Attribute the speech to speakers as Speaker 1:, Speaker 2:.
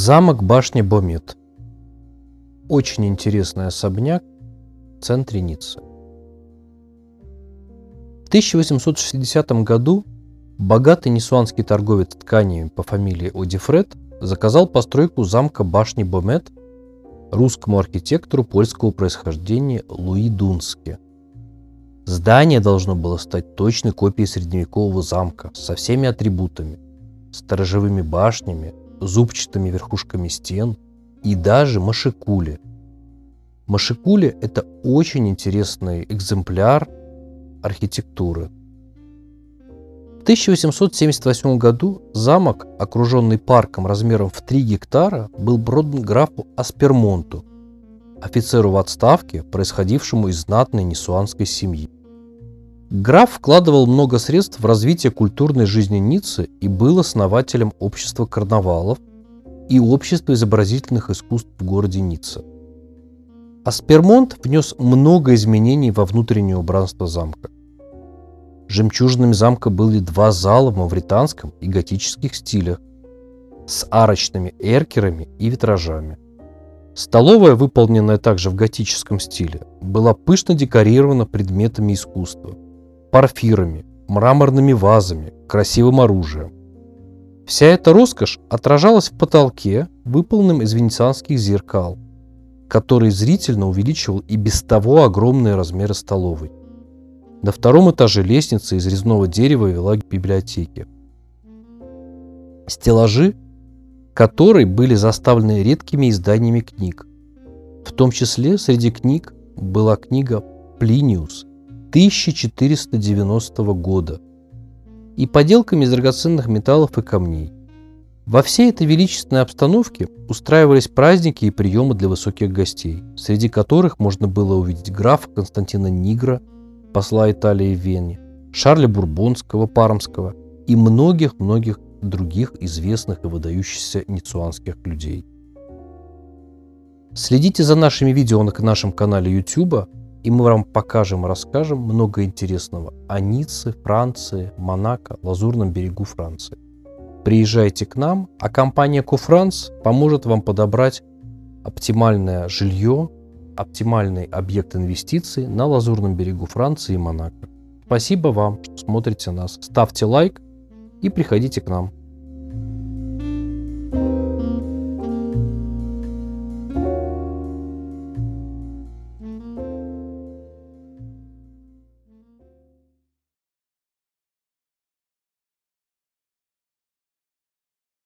Speaker 1: Замок башня Бомет. Очень интересный особняк в центре Ниццы. В 1860 году богатый ниссуанский торговец тканями по фамилии Одифред заказал постройку замка башни Бомет русскому архитектору польского происхождения Луи Дунске. Здание должно было стать точной копией средневекового замка со всеми атрибутами, сторожевыми башнями, зубчатыми верхушками стен и даже машикули. Машикули – это очень интересный экземпляр архитектуры. В 1878 году замок, окруженный парком размером в 3 гектара, был продан графу Аспермонту, офицеру в отставке, происходившему из знатной ниссуанской семьи. Граф вкладывал много средств в развитие культурной жизни Ниццы и был основателем общества карнавалов и общества изобразительных искусств в городе Ницца. Аспермонт внес много изменений во внутреннее убранство замка. Жемчужинами замка были 2 зала в мавританском и готических стилях с арочными эркерами и витражами. Столовая, выполненная также в готическом стиле, была пышно декорирована предметами искусства, порфирами, мраморными вазами, красивым оружием. Вся эта роскошь отражалась в потолке, выполненном из венецианских зеркал, который зрительно увеличивал и без того огромные размеры столовой. На 2-м этаже лестница из резного дерева вела к библиотеке. Стеллажи, которые были заставлены редкими изданиями книг. В том числе среди книг была книга «Плиниус» 1490 года и поделками из драгоценных металлов и камней. Во всей этой величественной обстановке устраивались праздники и приемы для высоких гостей, среди которых можно было увидеть графа Константина Нигра, посла Италии в Вене, Шарля Бурбонского, Пармского и многих-многих других известных и выдающихся ниссуанских людей. Следите за нашими видео на нашем канале YouTube, и мы вам покажем и расскажем много интересного о Ницце, Франции, Монако, Лазурном берегу Франции. Приезжайте к нам, а компания Кофранс поможет вам подобрать оптимальное жилье, оптимальный объект инвестиций на Лазурном берегу Франции и Монако. Спасибо вам, что смотрите нас. Ставьте лайк и приходите к нам.